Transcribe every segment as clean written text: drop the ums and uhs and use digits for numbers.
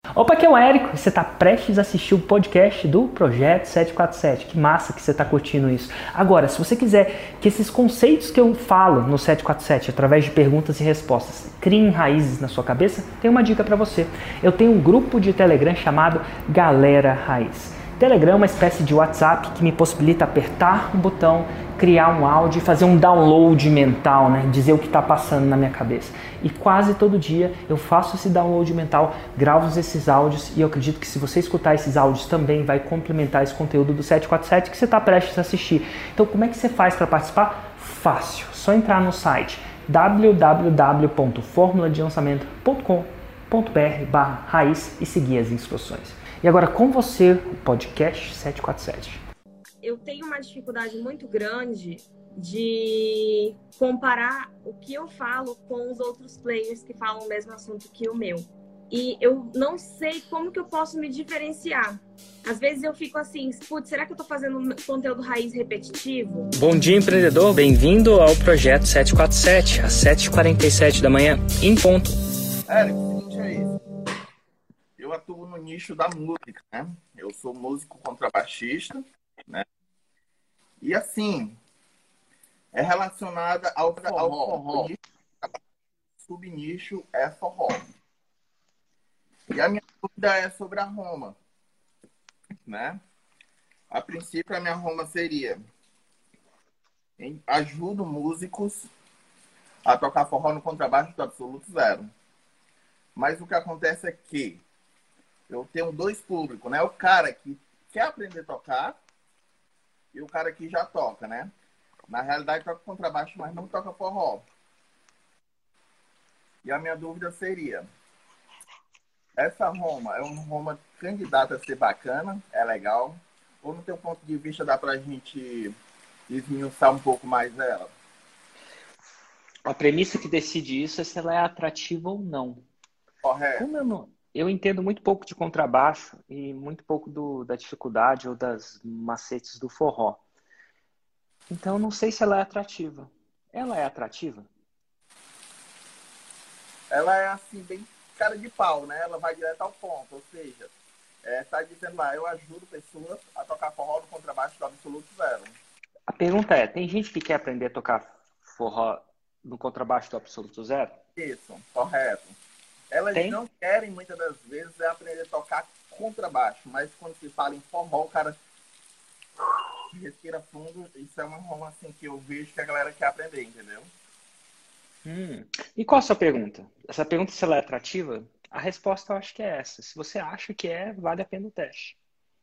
Opa, aqui é o Érico e você está prestes a assistir o podcast do Projeto 747. Que massa que você está curtindo isso. Agora, se você quiser que esses conceitos que eu falo no 747, através de perguntas e respostas, criem raízes na sua cabeça, tem uma dica para você. Eu tenho um grupo de Telegram chamado Galera Raiz. Telegram é uma espécie de WhatsApp que me possibilita apertar um botão, criar um áudio e fazer um download mental, né? Dizer o que está passando na minha cabeça. E quase todo dia eu faço esse download mental, gravo esses áudios e eu acredito que se você escutar esses áudios também vai complementar esse conteúdo do 747 que você está prestes a assistir. Então como é que você faz para participar? Fácil, só entrar no site www.formuladelançamento.com.br/raiz e seguir as instruções. E agora com você, o podcast 747. Eu tenho uma dificuldade muito grande de comparar o que eu falo com os outros players que falam o mesmo assunto que o meu. E eu não sei como que eu posso me diferenciar. Às vezes eu fico assim, putz, será que eu tô fazendo conteúdo raiz repetitivo? Bom dia, empreendedor. Bem-vindo ao Projeto 747, às 7h47 da manhã, em ponto. Érico, o seguinte é isso. Eu atuo no nicho da música, né? Eu sou músico contrabaixista, né? E assim, é relacionada ao forró. O nicho, subnicho é forró. E a minha dúvida é sobre a Roma, né? A princípio, a minha Roma seria: ajudo músicos a tocar forró no contrabaixo do absoluto zero. Mas o que acontece é que eu tenho dois públicos, né? O cara que quer aprender a tocar e o cara que já toca, né? Na realidade, toca contrabaixo, mas não toca forró. E a minha dúvida seria: essa Roma é uma Roma candidata a ser bacana, é legal? Ou no teu ponto de vista dá pra gente esmiuçar um pouco mais dela? A premissa que decide isso é se ela é atrativa ou não. Correto. Como eu entendo muito pouco de contrabaixo e muito pouco da dificuldade ou das macetes do forró. Então, eu não sei se ela é atrativa. Ela é atrativa? Ela é assim, bem cara de pau, né? Ela vai direto ao ponto, ou seja, tá dizendo lá, eu ajudo pessoas a tocar forró no contrabaixo do absoluto zero. A pergunta é, tem gente que quer aprender a tocar forró no contrabaixo do absoluto zero? Isso, correto. Elas Tem? não querem, muitas das vezes, aprender a tocar contrabaixo, mas quando se fala em forró, o cara respira fundo. Isso é uma forma assim que eu vejo que a galera quer aprender, entendeu? E qual a sua pergunta? Essa pergunta, se ela é atrativa, a resposta eu acho que é essa. Se você acha que é, vale a pena o teste.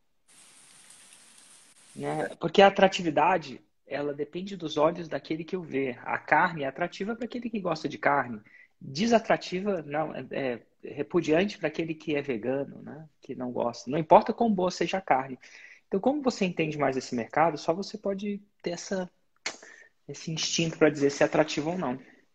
Né? Porque a atratividade, ela depende dos olhos daquele que o vê. A carne é atrativa para aquele que gosta de carne. Desatrativa, não, é repudiante para aquele que é vegano, né? Que não gosta. Não importa quão boa seja a carne. Então, como você entende mais esse mercado, só você pode ter esse instinto para dizer se é atrativo ou não.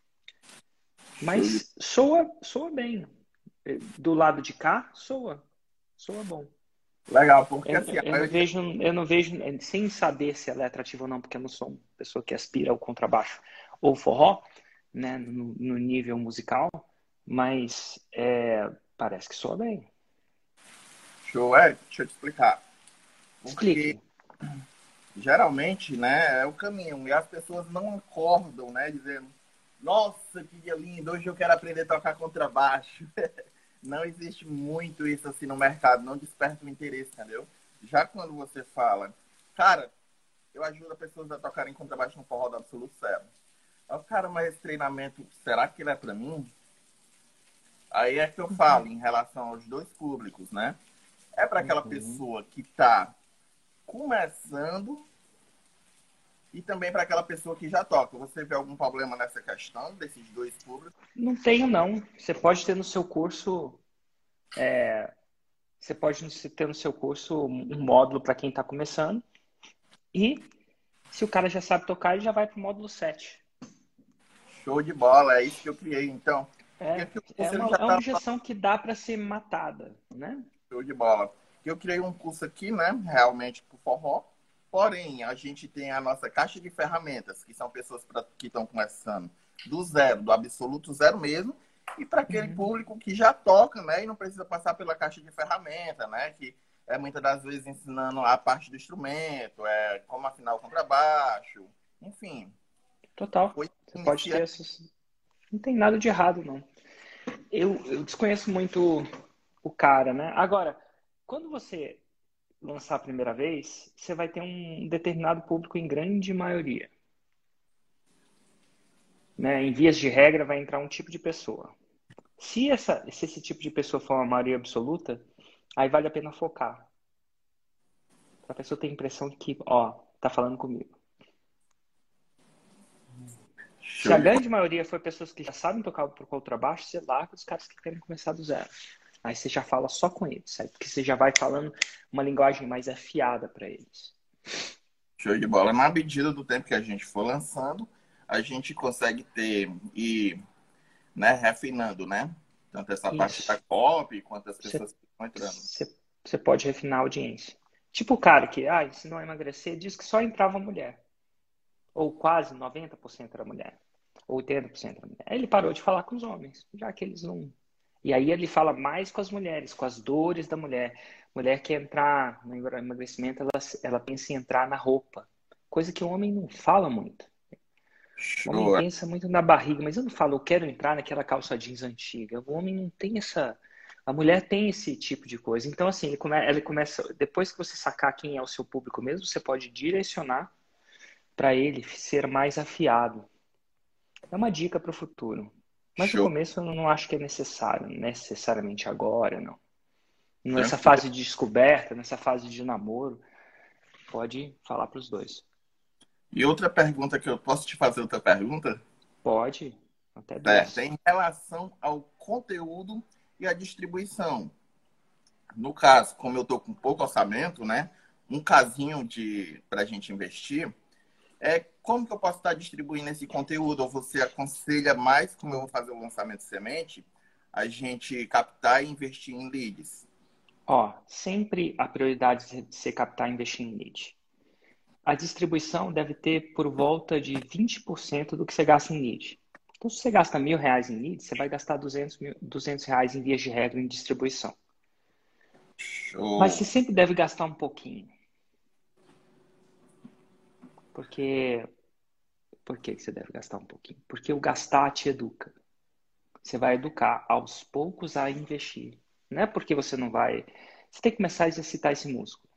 Mas soa bem. Do lado de cá, soa bom. Legal, porque Eu, assim, eu não vejo, sem saber se ela é atrativa ou não, porque eu não sou uma pessoa que aspira ao contrabaixo ou forró, né, no nível musical, mas parece que soa bem. show, deixa eu te explicar. Porque Explique. geralmente, né, é o caminho. E as pessoas não acordam, né, dizendo: nossa, que dia lindo, hoje eu quero aprender a tocar contrabaixo. Não existe muito isso assim no mercado, não desperta o interesse, entendeu? Já quando você fala, cara, eu ajudo as pessoas a tocarem contrabaixo no forró do absoluto zero. Aí, cara, mas esse treinamento, será que ele é pra mim? Aí é que eu falo em relação aos dois públicos, né? É para aquela pessoa que tá começando e também para aquela pessoa que já toca. Você vê algum problema nessa questão desses dois públicos? Não tenho, não. Você pode ter no seu curso, você pode ter no seu curso um módulo para quem está começando e se o cara já sabe tocar, ele já vai para o módulo 7. Show de bola, é isso que eu criei, então. Porque É, aqui o é curso ele uma, já é uma tá objeção que dá para ser matada, né? show de bola. Eu criei um curso aqui, né, realmente pro forró. Porém, a gente tem a nossa caixa de ferramentas, que são pessoas que estão começando do zero, do absoluto zero mesmo, e para aquele Uhum. público que já toca, né, e não precisa passar pela caixa de ferramenta, né, que é muitas das vezes ensinando a parte do instrumento, como afinar o contrabaixo, enfim, Total. coisa Você pode ter inicial. essas. Não tem nada de errado, não. Eu desconheço muito o cara, né? Agora, quando você lançar a primeira vez, você vai ter um determinado público em grande maioria, né? Em vias de regra, vai entrar um tipo de pessoa. Se esse tipo de pessoa for uma maioria absoluta, aí vale a pena focar. Para a pessoa ter a impressão de que, ó, tá falando comigo. Se Show a de bola. grande maioria for pessoas que já sabem tocar o contrabaixo, você larga os caras que querem começar do zero. Aí você já fala só com eles, sabe? Porque você já vai falando uma linguagem mais afiada para eles. Show de bola. Na medida do tempo que a gente for lançando, a gente consegue ter e, né, refinando, né? Tanto essa parte da Isso. copy quanto as Você, pessoas que estão entrando. você pode refinar a audiência. Tipo o cara que, ensinou a emagrecer, diz que só entrava mulher. Ou quase 90% era mulher. Ou 80% era mulher. Aí ele parou de falar com os homens, já que eles não. E aí ele fala mais com as mulheres, com as dores da mulher. Mulher que entrar no emagrecimento, ela pensa em entrar na roupa. Coisa que o homem não fala muito. O homem Show. pensa muito na barriga, mas eu não falo, eu quero entrar naquela calça jeans antiga. O homem não tem essa. A mulher tem esse tipo de coisa. Então, assim, ele começa. Depois que você sacar quem é o seu público mesmo, você pode direcionar para ele ser mais afiado. É uma dica para o futuro. Mas no Show. começo eu não acho que é necessário, necessariamente agora, não. Nessa Tranquilo. fase de descoberta, nessa fase de namoro, pode falar para os dois. E outra pergunta que eu posso te fazer outra pergunta? Pode, até Certo. duas. Em relação ao conteúdo e à distribuição. No caso, como eu estou com pouco orçamento, né? Um casinho de para a gente investir, como que eu posso estar distribuindo esse conteúdo? Ou você aconselha mais, como eu vou fazer o lançamento de semente, a gente captar e investir em leads? Ó, sempre a prioridade de ser captar e investir em lead. A distribuição deve ter por volta de 20% do que você gasta em lead. Então, se você gasta R$ 1.000 em lead, você vai gastar R$ 200 em vias de regra em distribuição. Mas Show. você sempre deve gastar um pouquinho. Porque, por que você deve gastar um pouquinho? Porque o gastar te educa. Você vai educar aos poucos a investir. Não é porque você não vai. Você tem que começar a exercitar esse músculo.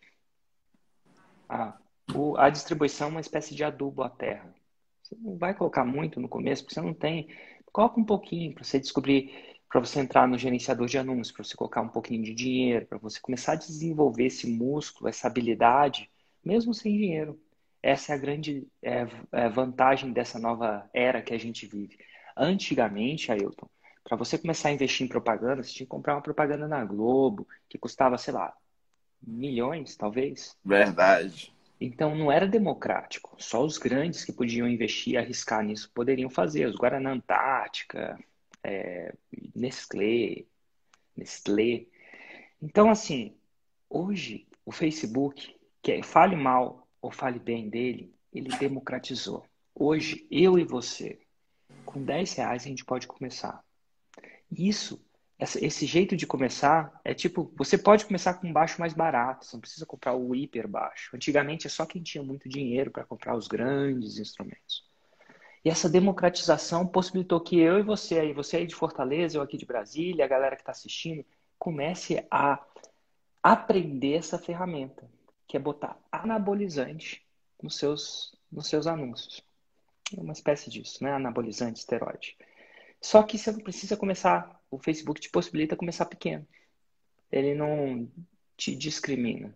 A distribuição é uma espécie de adubo à terra. Você não vai colocar muito no começo, porque você não tem. Coloca um pouquinho para você descobrir, para você entrar no gerenciador de anúncios, para você colocar um pouquinho de dinheiro, para você começar a desenvolver esse músculo, essa habilidade, mesmo sem dinheiro. Essa é a grande vantagem dessa nova era que a gente vive. Antigamente, Ailton, para você começar a investir em propaganda, você tinha que comprar uma propaganda na Globo, que custava, sei lá, milhões, talvez. Verdade. Então não era democrático. Só os grandes que podiam investir e arriscar nisso poderiam fazer. Os Guaraná Antártica, é, Nestlé, Nestlé. Então, assim, hoje o Facebook, fale mal ou fale bem dele, ele democratizou. Hoje, eu e você, com R$ 10 a gente pode começar. Isso, esse jeito de começar é tipo, você pode começar com um baixo mais barato, você não precisa comprar o hiper baixo. Antigamente é só quem tinha muito dinheiro para comprar os grandes instrumentos. E essa democratização possibilitou que eu e você aí de Fortaleza, eu aqui de Brasília, a galera que está assistindo, comece a aprender essa ferramenta, que é botar anabolizante nos seus anúncios. É uma espécie disso, né? Anabolizante, esteroide. Só que você não precisa começar. O Facebook te possibilita começar pequeno. Ele não te discrimina.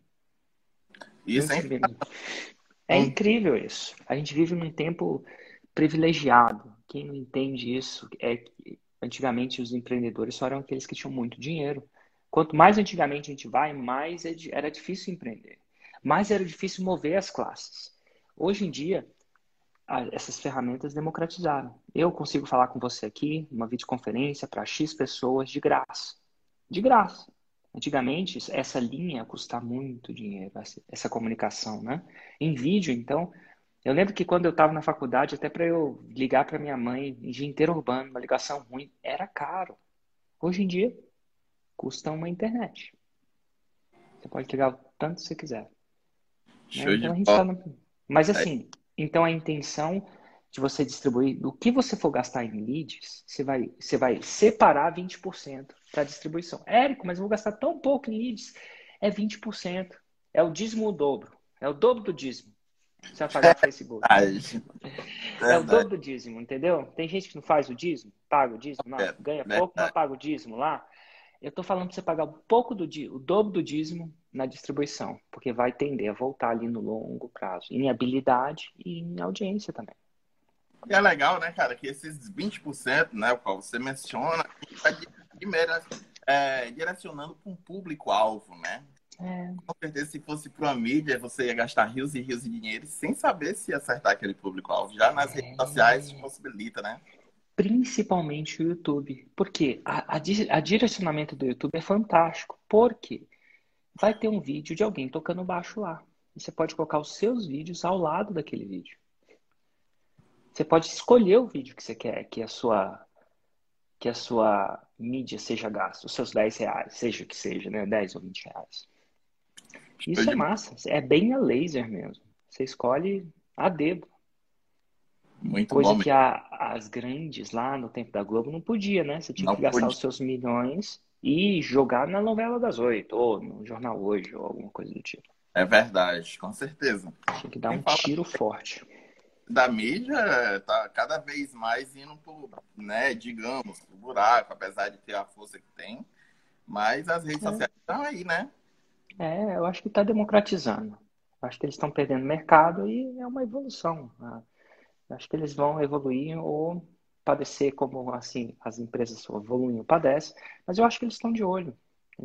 Não Isso é discrimina. É um. incrível isso. A gente vive num tempo privilegiado. Quem não entende isso é que antigamente os empreendedores só eram aqueles que tinham muito dinheiro. Quanto mais antigamente a gente vai, mais era difícil empreender. Mais era difícil mover as classes. Hoje em dia, essas ferramentas democratizaram. Eu consigo falar com você aqui, uma videoconferência para X pessoas de graça. De graça. Antigamente, essa linha custava muito dinheiro, essa comunicação, né? Em vídeo, então, Eu lembro que quando eu estava na faculdade, até para eu ligar para minha mãe em dia inteiro urbano, uma ligação ruim, era caro. Hoje em dia, custa uma internet. Você pode ligar o tanto que você quiser, né? Show Então de a gente está bola. no... Mas É assim, então a intenção de você distribuir, do que você for gastar em leads, você vai separar 20% para distribuição. Érico, mas eu vou gastar tão pouco em leads. É 20%. É o dízimo o dobro. É o dobro do dízimo. Você vai pagar para o Facebook. verdade. É o Verdade. dobro do dízimo, entendeu? Tem gente que não faz o dízimo, paga o dízimo, não, É ganha pouco, mas verdade. paga o dízimo lá. Eu tô falando para você pagar um pouco o dobro do dízimo na distribuição, porque vai tender a voltar ali no longo prazo, em habilidade e em audiência também. E é legal, né, cara, que esses 20%, né, o qual você menciona, vai primeiro direcionando para um público-alvo, né? É, Com certeza, se fosse para uma mídia, você ia gastar rios e rios de dinheiro sem saber se ia acertar aquele público-alvo. Já nas redes sociais, te possibilita, né? principalmente o YouTube, porque a direcionamento do YouTube é fantástico, porque vai ter um vídeo de alguém tocando baixo lá. E você pode colocar os seus vídeos ao lado daquele vídeo. Você pode escolher o vídeo que você quer que a sua mídia seja gasta, os seus R$ 10, seja o que seja, né? 10 ou R$ 20. Show Isso é de- massa, é bem a laser mesmo. Você escolhe a dedo. Muito bom Coisa que mesmo. as grandes lá no tempo da Globo não podia, né? Você tinha Não que gastar pude. os seus milhões e jogar na novela das 8, ou no Jornal Hoje, ou alguma coisa do tipo. É verdade, com certeza. Tinha que dar Quem um fala tiro forte. da mídia tá cada vez mais indo pro, né, digamos, pro buraco, apesar de ter a força que tem. Mas as redes sociais estão aí, né? Eu acho que está democratizando. Eu acho que eles estão perdendo mercado e é uma evolução, né? Eu acho que eles vão evoluir ou padecer como assim as empresas evoluem ou padecem, mas eu acho que eles estão de olho.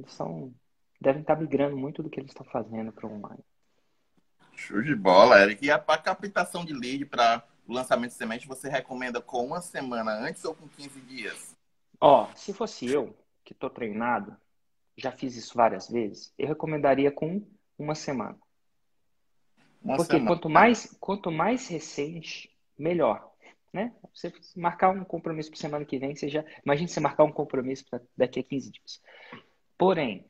Devem estar migrando muito do que eles estão fazendo para o online. Show de bola, Eric. E a captação de lead para o lançamento de semente, você recomenda com uma semana antes ou com 15 dias? Ó, se fosse eu, que estou treinado, já fiz isso várias vezes, eu recomendaria com uma semana. Uma Porque semana, quanto né? mais, quanto mais recente, melhor, né? Você marcar um compromisso para semana que vem, imagine você marcar um compromisso para daqui a 15 dias. Porém,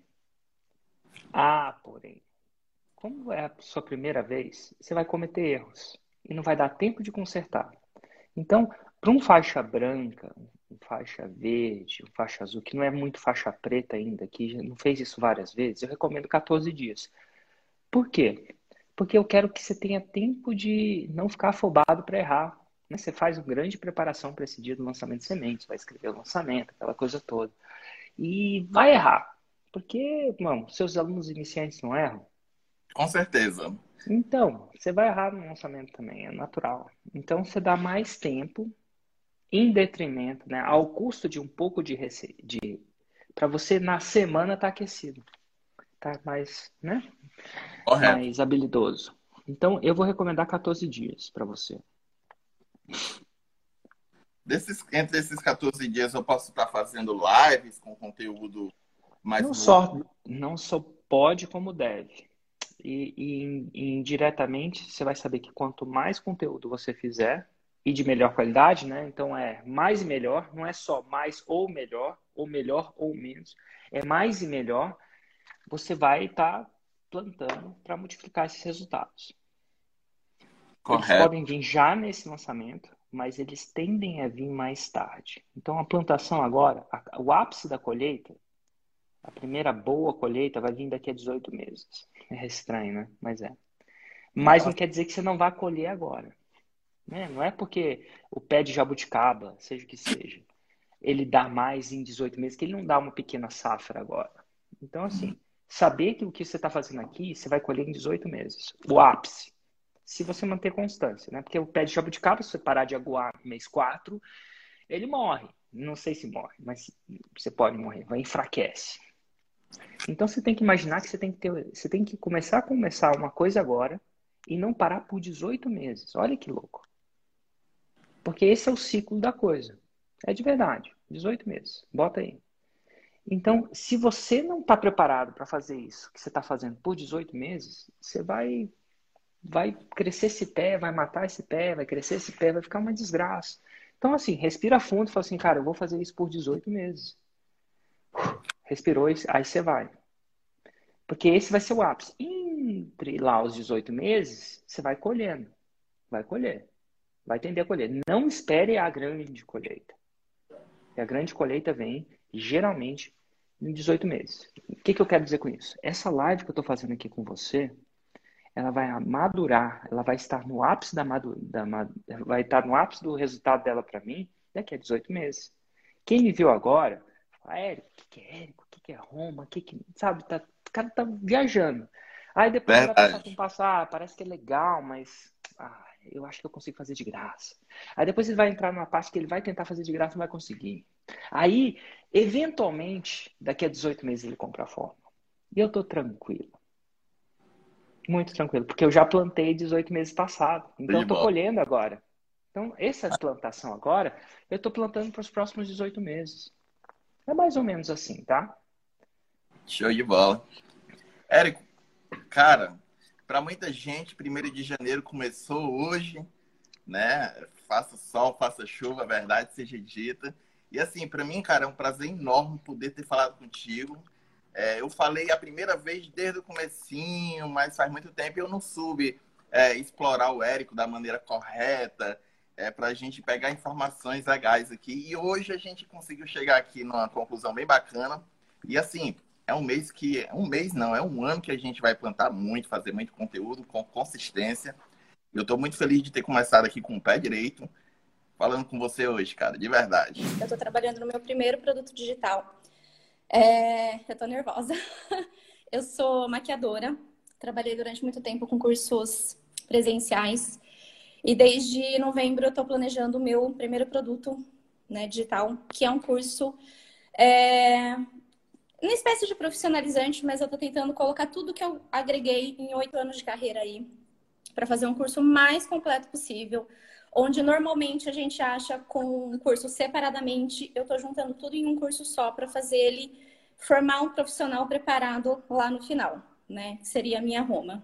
porém, como é a sua primeira vez, você vai cometer erros e não vai dar tempo de consertar. Então, para um faixa branca, um faixa verde, um faixa azul, que não é muito faixa preta ainda, que já não fez isso várias vezes, eu recomendo 14 dias. Por quê? Porque eu quero que você tenha tempo de não ficar afobado para errar, né? Você faz uma grande preparação para esse dia do lançamento de sementes, vai escrever o lançamento, aquela coisa toda. E vai errar. Porque, mano, seus alunos iniciantes não erram. Com certeza. Então, você vai errar no lançamento também, é natural. Então, você dá mais tempo em detrimento, né, ao custo de um pouco para você na semana estar aquecido, tá mais, né, Correto. mais habilidoso. Então, eu vou recomendar 14 dias para você. Entre esses 14 dias, eu posso estar fazendo lives com conteúdo mais Não voltado. só, não só pode, como deve. E indiretamente, você vai saber que quanto mais conteúdo você fizer, e de melhor qualidade, né? Então é mais e melhor, não é só mais ou melhor ou menos. É mais e melhor, você vai estar plantando para multiplicar esses resultados. Eles Correto. podem vir já nesse lançamento, mas eles tendem a vir mais tarde. Então a plantação agora, o ápice da colheita, a primeira boa colheita vai vir daqui a 18 meses. É estranho, né? Mas é. Mas não Nossa, quer dizer que você não vai colher agora, né? Não é porque o pé de jabuticaba, seja o que seja, ele dá mais em 18 meses, que ele não dá uma pequena safra agora. Então, assim, saber que o que você está fazendo aqui, você vai colher em 18 meses. O ápice. Se você manter constância, né? Porque o pé de jabuticaba, se você parar de aguar no mês 4, ele morre. Não sei se morre, mas você pode morrer, vai enfraquece. Então você tem que imaginar que você tem que começar uma coisa agora e não parar por 18 meses. Olha que louco. Porque esse é o ciclo da coisa. É de verdade, 18 meses. Bota aí. Então, se você não está preparado para fazer isso que você está fazendo por 18 meses, você vai vai crescer esse pé, vai matar esse pé, vai crescer esse pé, vai ficar uma desgraça. Então, assim, respira fundo e fala assim, cara, eu vou fazer isso por 18 meses. Respirou, aí você vai. Porque esse vai ser o ápice. Entre lá os 18 meses, você vai colhendo. Vai colher. Vai tender a colher. Não espere a grande colheita. E a grande colheita vem, geralmente, em 18 meses. O que eu quero dizer com isso? Essa live que eu estou fazendo aqui com você, ela vai madurar, ela vai estar no ápice vai estar no ápice do resultado dela para mim daqui a 18 meses. Quem me viu agora, fala, Érico, o que é Érico? O que é Roma? Sabe, o cara tá viajando. Aí depois ele vai passar com Verdade. passar, parece que é legal, mas eu acho que eu consigo fazer de graça. Aí depois ele vai entrar numa parte que ele vai tentar fazer de graça e não vai conseguir. Aí, eventualmente, daqui a 18 meses ele compra a forma. E eu tô tranquilo. Muito tranquilo, porque eu já plantei 18 meses passado. Show Então, de eu tô bola. colhendo agora. Então, essa plantação agora, eu tô plantando para os próximos 18 meses. É mais ou menos assim, tá? Show de bola. Érico, cara, para muita gente, 1º de janeiro começou hoje, né? Faça sol, faça chuva, a verdade seja dita. E assim, para mim, cara, é um prazer enorme poder ter falado contigo. Eu falei a primeira vez desde o comecinho, mas faz muito tempo eu não soube explorar o Érico da maneira correta, para a gente pegar informações legais aqui. E hoje a gente conseguiu chegar aqui numa conclusão bem bacana. E assim, é um mês que... Um mês não, é um ano que a gente vai plantar muito, fazer muito conteúdo com consistência. Eu estou muito feliz de ter começado aqui com o pé direito, falando com você hoje, cara, de verdade. Eu estou trabalhando no meu primeiro produto digital. Eu estou nervosa. Eu sou maquiadora. Trabalhei durante muito tempo com cursos presenciais. E desde novembro eu estou planejando o meu primeiro produto, né, digital, que é um curso... uma espécie de profissionalizante, mas eu estou tentando colocar tudo que eu agreguei em 8 anos de carreira aí, para fazer um curso mais completo possível, onde normalmente a gente acha com um curso separadamente, eu estou juntando tudo em um curso só para fazer ele formar um profissional preparado lá no final, né? Que seria a minha Roma.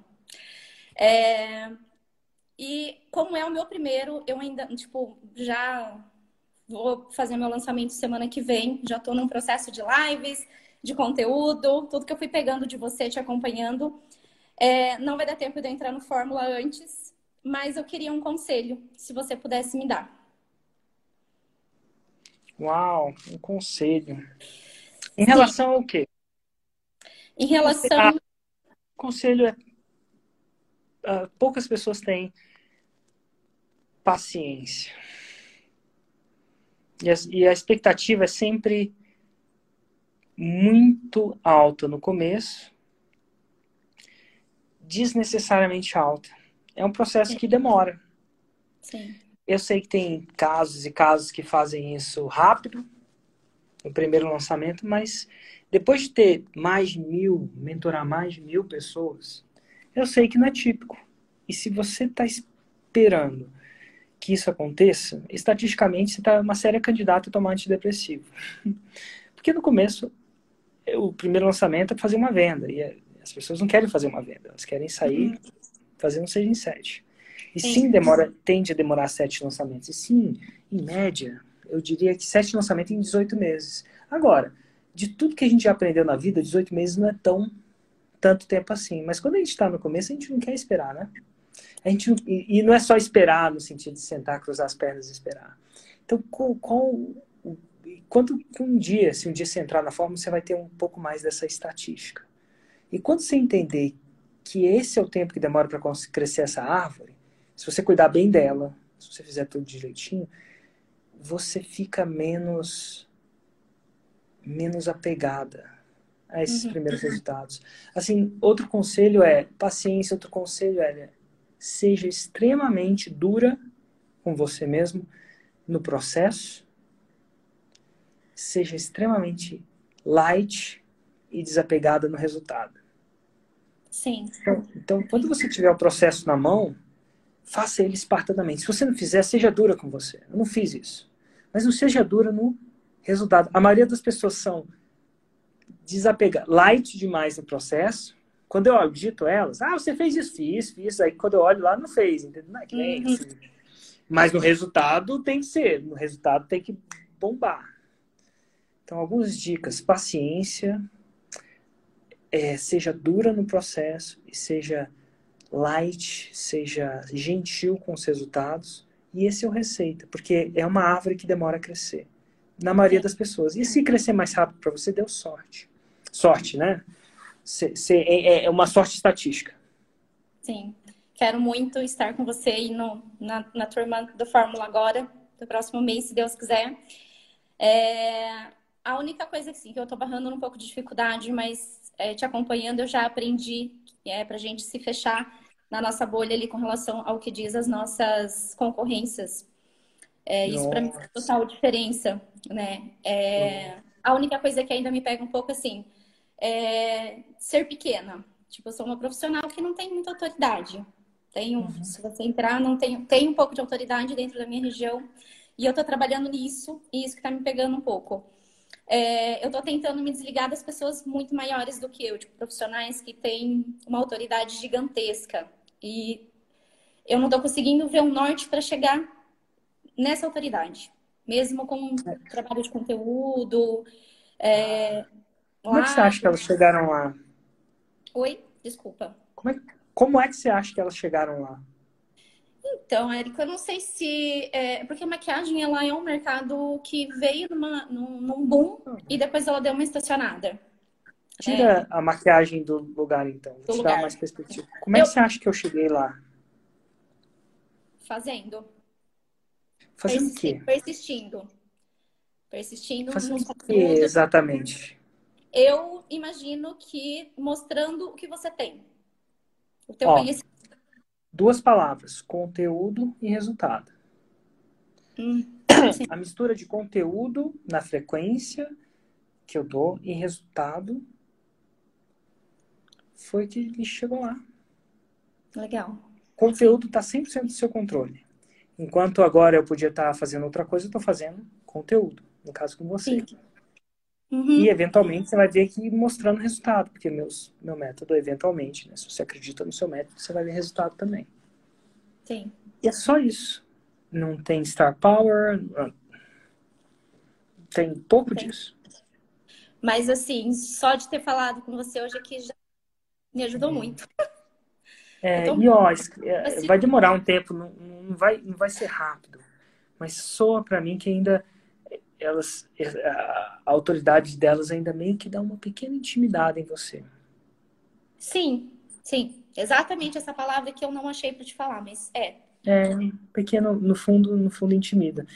E como é o meu primeiro, eu ainda, já vou fazer meu lançamento semana que vem, já estou num processo de lives, de conteúdo, tudo que eu fui pegando de você, te acompanhando. Não vai dar tempo de eu entrar no Fórmula antes, mas eu queria um conselho, se você pudesse me dar. Uau, um conselho. Em Sim. relação ao quê? Em relação... Conselho é... poucas pessoas têm paciência. E a expectativa é sempre muito alta no começo, desnecessariamente alta. É um processo que demora. Sim. Eu sei que tem casos e casos que fazem isso rápido, no primeiro lançamento, mas depois de ter mais de 1.000, mentorar mais de 1.000 pessoas, eu sei que não é típico. E se você está esperando que isso aconteça, estatisticamente você está uma séria candidata a tomar antidepressivo. Porque no começo, o primeiro lançamento é fazer uma venda, e as pessoas não querem fazer uma venda, elas querem sair fazendo 6 em 7. E sim, tende a demorar 7 lançamentos. E sim, em média, eu diria que 7 lançamentos em 18 meses. Agora, de tudo que a gente já aprendeu na vida, 18 meses não é tanto tempo assim. Mas quando a gente está no começo, a gente não quer esperar, né? E não é só esperar no sentido de sentar, cruzar as pernas e esperar. Então, quanto que se um dia você entrar na fórmula, você vai ter um pouco mais dessa estatística. E quando você entender que esse é o tempo que demora para crescer essa árvore, se você cuidar bem dela, se você fizer tudo direitinho, você fica menos apegada a esses primeiros resultados. Assim, outro conselho é paciência, outro conselho é seja extremamente dura com você mesmo no processo, seja extremamente light e desapegada no resultado. Sim. Então, quando você tiver o processo na mão, faça ele espartanamente. Se você não fizer, seja dura com você. Eu não fiz isso. Mas não seja dura no resultado. A maioria das pessoas são desapegadas, light demais no processo, Quando eu audito elas, você fez isso, fiz. Aí quando eu olho lá, não fez, entendeu? Não é que nem assim. Mas no resultado tem que ser, no resultado tem que bombar. Então, algumas dicas. Paciência, seja dura no processo e seja light, seja gentil com os resultados. E esse é o receita, porque é uma árvore que demora a crescer. Na maioria das pessoas. E se crescer mais rápido para você, deu sorte. Sorte, né? É uma sorte estatística. Sim. Quero muito estar com você aí na turma do Fórmula agora, do próximo mês, se Deus quiser. A única coisa assim, que eu tô barrando um pouco de dificuldade, mas te acompanhando eu já aprendi pra gente se fechar na nossa bolha ali com relação ao que diz as nossas concorrências. Isso para mim faz total diferença, né? A única coisa que ainda me pega um pouco assim ser pequena. Tipo, eu sou uma profissional que não tem muita autoridade. Se você entrar, não tem um pouco de autoridade dentro da minha região. E eu tô trabalhando nisso, e isso que tá me pegando um pouco. Eu tô tentando me desligar das pessoas muito maiores do que eu, tipo, profissionais que têm uma autoridade gigantesca. E eu não tô conseguindo ver um norte para chegar nessa autoridade. Mesmo com trabalho de conteúdo. Como é que você acha que elas chegaram lá? Oi? Desculpa. Como é que você acha que elas chegaram lá? Então, Érica, eu não sei se... porque a maquiagem, ela é um mercado que veio num boom e depois ela deu uma estacionada. Tira a maquiagem do lugar, então. Vou te dar mais perspectiva. Como é que você acha que eu cheguei lá? Fazendo. Fazendo o quê? Persistindo Fazendo nos o quê, conteúdos. exatamente? Eu imagino que mostrando o que você tem. O teu conhecimento. 2 palavras. Conteúdo e resultado. A mistura de conteúdo na frequência que eu dou e resultado foi que ele chegou lá. Legal. Conteúdo está 100% do seu controle. Enquanto agora eu podia estar fazendo outra coisa, eu estou fazendo conteúdo. No caso com você. Sim. E eventualmente você vai ver que mostrando resultado. Porque meu método, eventualmente, né? Se você acredita no seu método, você vai ver resultado também. Sim. E é só isso. Não tem star power. Tem pouco disso. Mas assim, só de ter falado com você hoje aqui já me ajudou muito. Vai demorar um tempo, não vai ser rápido. Mas soa pra mim que ainda a autoridade delas ainda meio que dá uma pequena intimidade em você. Sim. Exatamente essa palavra que eu não achei pra te falar, mas Pequeno, no fundo intimida.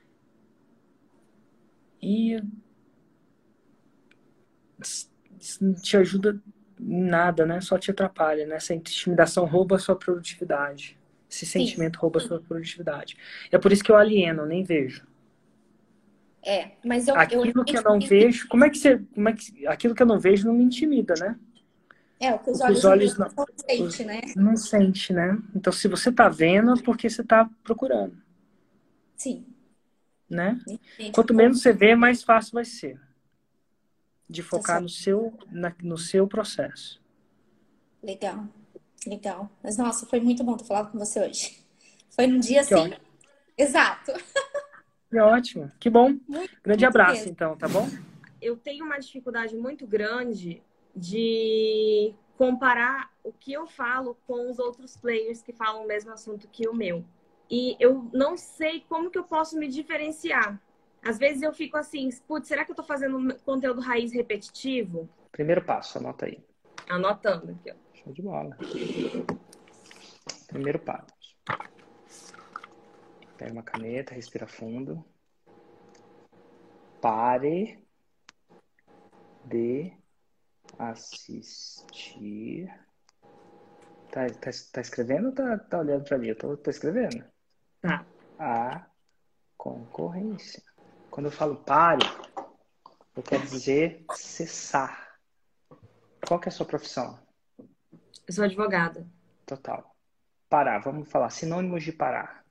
E isso não te ajuda em nada, né? Só te atrapalha, né? Essa intimidação rouba a sua produtividade. Esse sentimento rouba a sua produtividade. É por isso que eu alieno, nem vejo. Mas aquilo que eu não vejo, aquilo que eu não vejo não me intimida, né? O que os olhos não sente, né? Não sente, né? Então, se você tá vendo, é porque você tá procurando. Sim. Né? Quanto menos você vê, mais fácil vai ser. De focar no seu processo. Legal. Mas, nossa, foi muito bom ter falado com você hoje. Foi num dia assim. Ótimo. Exato. Que ótimo. Que bom. Grande abraço, mesmo. então, tá bom? Eu tenho uma dificuldade muito grande de comparar o que eu falo com os outros players que falam o mesmo assunto que o meu. E eu não sei como que eu posso me diferenciar. Às vezes eu fico assim, putz, será que eu tô fazendo conteúdo raiz repetitivo? Primeiro passo, anota aí. Anotando aqui, ó. Show de bola. Primeiro passo. Pega uma caneta, respira fundo. Pare de assistir. Tá escrevendo ou tá olhando pra mim? Eu tô escrevendo. Tá. A concorrência. Quando eu falo pare, eu quero dizer cessar. Qual que é a sua profissão? Eu sou advogada. Total. Parar. Vamos falar sinônimos de parar.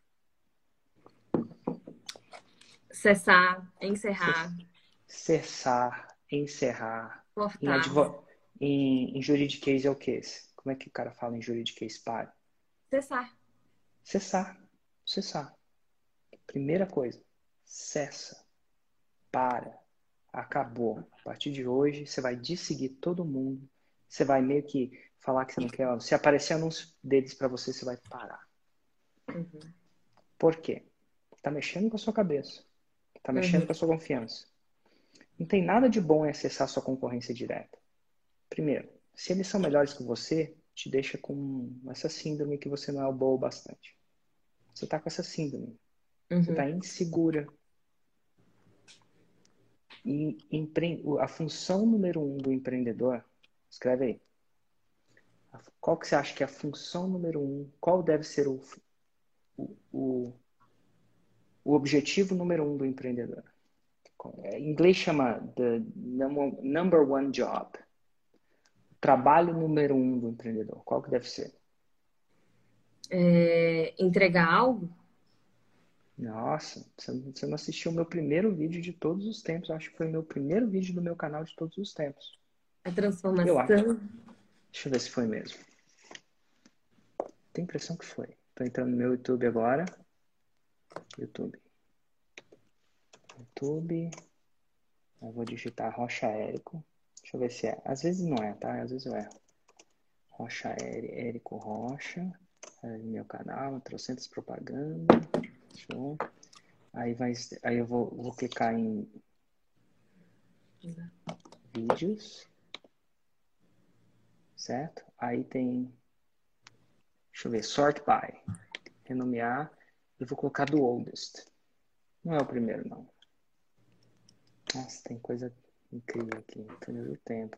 Cessar, encerrar. Cessar, encerrar. Cortar. em juridiquês é o quê? Como é que o cara fala em juridiquês? Pare. Cessar. Cessar. Cessar. Primeira coisa. Cessa. Para. Acabou. A partir de hoje, você vai desseguir todo mundo. Você vai meio que falar que você não quer. Se aparecer anúncio deles para você, você vai parar. Uhum. Por quê? Tá mexendo com a sua cabeça. Tá mexendo com a sua confiança. Não tem nada de bom em acessar a sua concorrência direta. Primeiro, se eles são melhores que você, te deixa com essa síndrome que você não é bom o bastante. Você tá com essa síndrome. Você tá insegura. E a função número 1 do empreendedor, escreve aí. Qual que você acha que é a função número 1? Qual deve ser o objetivo número 1 do empreendedor? Em inglês chama the number one job. Trabalho número 1 do empreendedor. Qual que deve ser? Entregar algo? Nossa, você não assistiu o meu primeiro vídeo de todos os tempos. Acho que foi o meu primeiro vídeo do meu canal de todos os tempos. A transformação? Eu acho. Deixa eu ver se foi mesmo. Tenho a impressão que foi. Tô entrando no meu YouTube agora. YouTube. Eu vou digitar Rocha Érico. Deixa eu ver se é. Às vezes não é, tá? Às vezes eu erro. Rocha Érico Rocha. Meu canal, trocentas propaganda. Show. Aí eu vou clicar em vídeos. Certo? Aí tem, deixa eu ver, sort by. Renomear. Eu vou colocar do oldest. Não é o primeiro, não. Nossa, tem coisa incrível aqui. Túnel do tempo.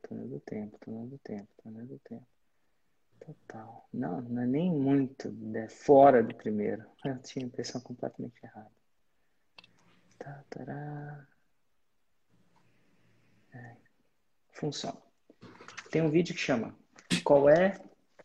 Total. Não é nem muito fora do primeiro. Eu tinha a impressão completamente errada. Função. Tem um vídeo que chama Qual é...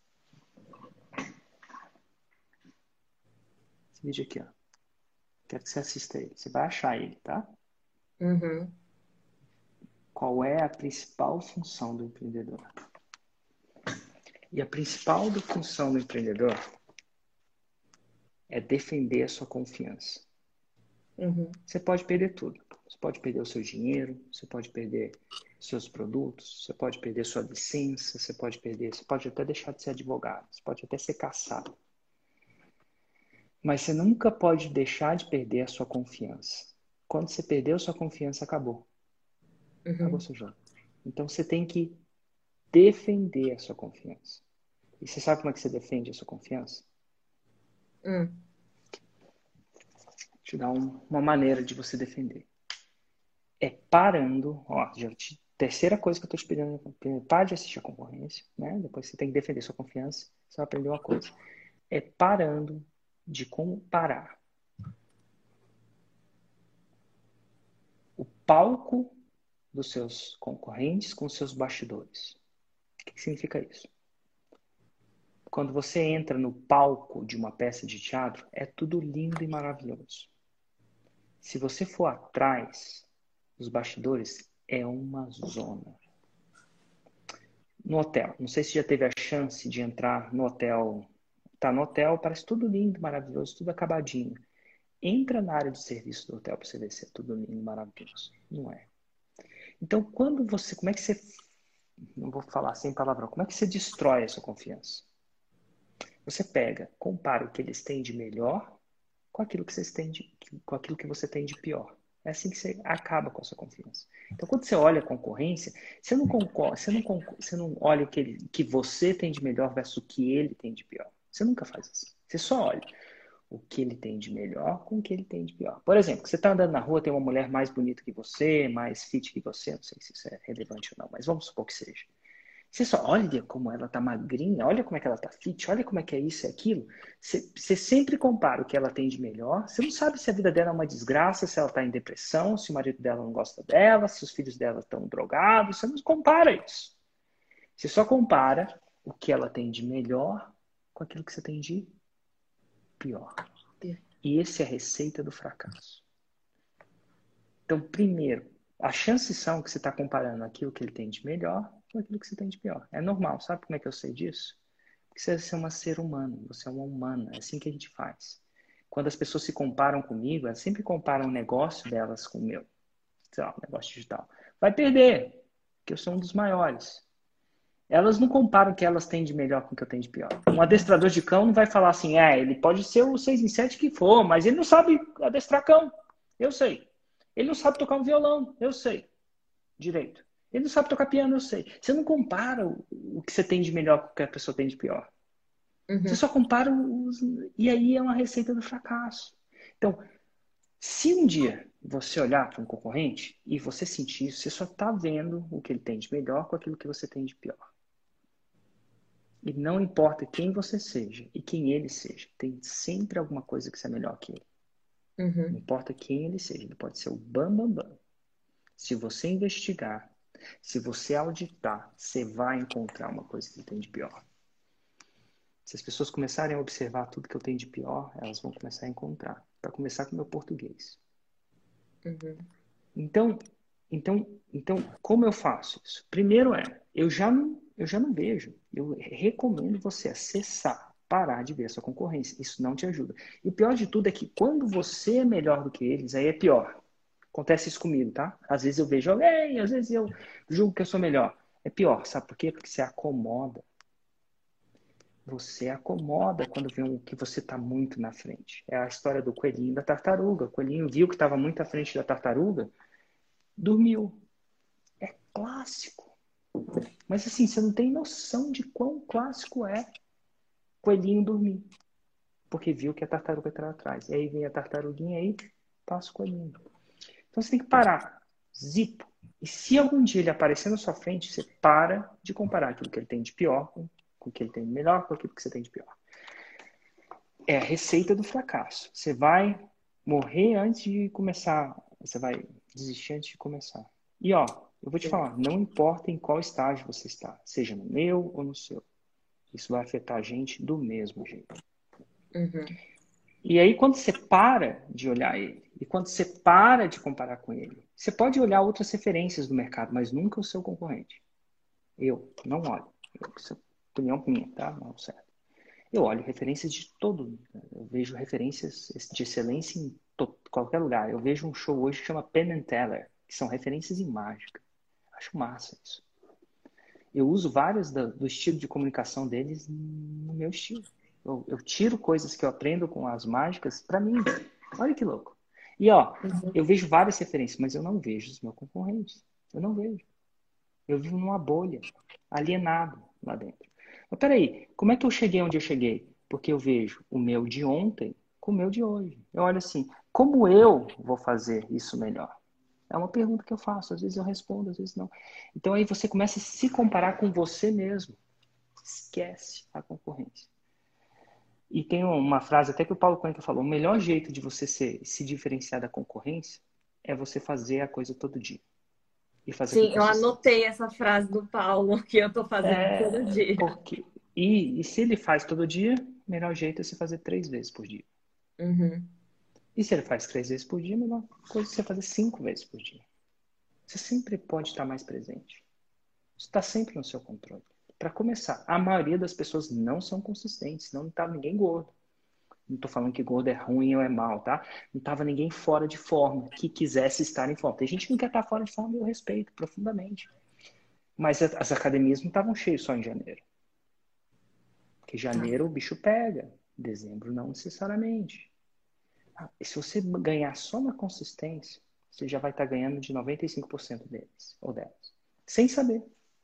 Esse vídeo aqui, ó. Quero que você assista ele. Você vai achar ele, tá? Uhum. Qual é a principal função do empreendedor? E a principal função do empreendedor é defender a sua confiança. Uhum. Você pode perder tudo. Você pode perder o seu dinheiro, você pode perder seus produtos, você pode perder sua licença, você pode até deixar de ser advogado, você pode até ser caçado. Mas você nunca pode deixar de perder a sua confiança. Quando você perdeu a sua confiança, acabou. Acabou seu jogo. Então você tem que defender a sua confiança. E você sabe como é que você defende a sua confiança? Te dar uma maneira de você defender. É parando, ó, terceira coisa que eu estou te pedindo, pare de assistir a concorrência, né? Depois você tem que defender sua confiança, você vai aprender uma coisa. É parando de comparar o palco dos seus concorrentes com os seus bastidores. O que significa isso? Quando você entra no palco de uma peça de teatro, é tudo lindo e maravilhoso. Se você for atrás dos bastidores, é uma zona. No hotel, não sei se já teve a chance de entrar no hotel. Tá no hotel, parece tudo lindo, maravilhoso, tudo acabadinho. Entra na área de serviço do hotel para você ver se é tudo lindo, maravilhoso. Não é. Então, como é que você, não vou falar sem palavrão, como é que você destrói a sua confiança? Você compara o que eles têm de melhor com aquilo que você tem de pior. É assim que você acaba com a sua confiança. Então, quando você olha a concorrência, você não olha o que você tem de melhor versus o que ele tem de pior. Você nunca faz isso. Você só olha o que ele tem de melhor com o que ele tem de pior. Por exemplo, você está andando na rua, tem uma mulher mais bonita que você, mais fit que você, não sei se isso é relevante ou não, mas vamos supor que seja. Você só olha como ela tá magrinha, olha como é que ela tá fit, olha como é que é isso e aquilo. Você sempre compara o que ela tem de melhor. Você não sabe se a vida dela é uma desgraça, se ela tá em depressão, se o marido dela não gosta dela, se os filhos dela estão drogados. Você não compara isso. Você só compara o que ela tem de melhor com aquilo que você tem de pior. E essa é a receita do fracasso. Então, primeiro, as chances são que você está comparando aquilo que ele tem de melhor com aquilo que você tem de pior. É normal, sabe como é que eu sei disso? Porque você é uma ser humano, você é uma humana, é assim que a gente faz. Quando as pessoas se comparam comigo, elas sempre comparam o negócio delas com o meu. Sei lá, um negócio digital. Vai perder, porque eu sou um dos maiores. Elas não comparam o que elas têm de melhor com o que eu tenho de pior. Um adestrador de cão não vai falar assim, ele pode ser o 6 em 7 que for, mas ele não sabe adestrar cão. Eu sei. Ele não sabe tocar um violão. Eu sei. Direito. Ele não sabe tocar piano. Eu sei. Você não compara o que você tem de melhor com o que a pessoa tem de pior. Você só compara os... E aí é uma receita do fracasso. Então, se um dia você olhar para um concorrente e você sentir isso, você só está vendo o que ele tem de melhor com aquilo que você tem de pior. E não importa quem você seja e quem ele seja, tem sempre alguma coisa que você é melhor que ele. Não importa quem ele seja, ele pode ser o bam, bam, bam. Se você investigar, se você auditar, você vai encontrar uma coisa que ele tem de pior. Se as pessoas começarem a observar tudo que eu tenho de pior, elas vão começar a encontrar. Para começar com o meu português. Então, como eu faço isso? Primeiro eu já não vejo. Eu recomendo você acessar, parar de ver a sua concorrência. Isso não te ajuda. E o pior de tudo é que quando você é melhor do que eles, aí é pior. Acontece isso comigo, tá? Às vezes eu vejo alguém, às vezes eu julgo que eu sou melhor. É pior, sabe por quê? Porque você acomoda. Você acomoda quando vê que você está muito na frente. É a história do coelhinho e da tartaruga. O coelhinho viu que estava muito à frente da tartaruga, dormiu. É clássico. Mas assim, você não tem noção de quão clássico é coelhinho dormir. Porque viu que a tartaruga estava atrás. E aí vem a tartaruguinha aí, passa o coelhinho. Então você tem que parar. Zipo. E se algum dia ele aparecer na sua frente, você para de comparar aquilo que ele tem de pior com o que ele tem de melhor, com aquilo que você tem de pior. É a receita do fracasso. Você vai morrer antes de começar. Você vai desistir antes de começar. E eu vou te falar, não importa em qual estágio você está, seja no meu ou no seu. Isso vai afetar a gente do mesmo jeito. E aí, quando você para de olhar ele, e quando você para de comparar com ele, você pode olhar outras referências do mercado, mas nunca o seu concorrente. Eu não olho. Isso é opinião minha, tá? Não, certo. Eu olho referências de todo. Eu vejo referências de excelência em qualquer lugar. Eu vejo um show hoje que chama Penn and Teller, que são referências em mágica. Acho massa isso. Eu uso várias do estilo de comunicação deles no meu estilo. Eu tiro coisas que eu aprendo com as mágicas para mim. Olha que louco. E eu vejo várias referências, mas eu não vejo os meus concorrentes. Eu não vejo. Eu vivo numa bolha, alienado lá dentro. Mas peraí, como é que eu cheguei onde eu cheguei? Porque eu vejo o meu de ontem com o meu de hoje. Eu olho assim, como eu vou fazer isso melhor? É uma pergunta que eu faço, às vezes eu respondo, às vezes não. Então aí você começa a se comparar com você mesmo. Esquece a concorrência. E tem uma frase até que o Paulo Cuenca falou, o melhor jeito de você se diferenciar da concorrência é você fazer a coisa todo dia. E fazer Sim, eu anotei essa frase do Paulo que eu tô fazendo todo dia. E se ele faz todo dia, o melhor jeito é você fazer 3 vezes por dia. E se ele faz 3 vezes por dia, a melhor coisa é você fazer 5 vezes por dia. Você sempre pode estar mais presente. Isso está sempre no seu controle. Para começar, a maioria das pessoas não são consistentes, não estava ninguém gordo. Não estou falando que gordo é ruim ou é mal, tá? Não estava ninguém fora de forma, que quisesse estar em forma. Tem gente que não quer estar fora de forma e eu respeito profundamente. Mas as academias não estavam cheias só em janeiro. Porque janeiro o bicho pega, dezembro não necessariamente. E se você ganhar só na consistência, você já vai estar ganhando de 95% deles ou delas. Sem saber.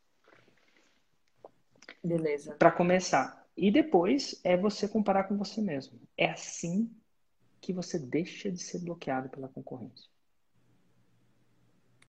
Beleza. Para começar. E depois é você comparar com você mesmo. É assim que você deixa de ser bloqueado pela concorrência.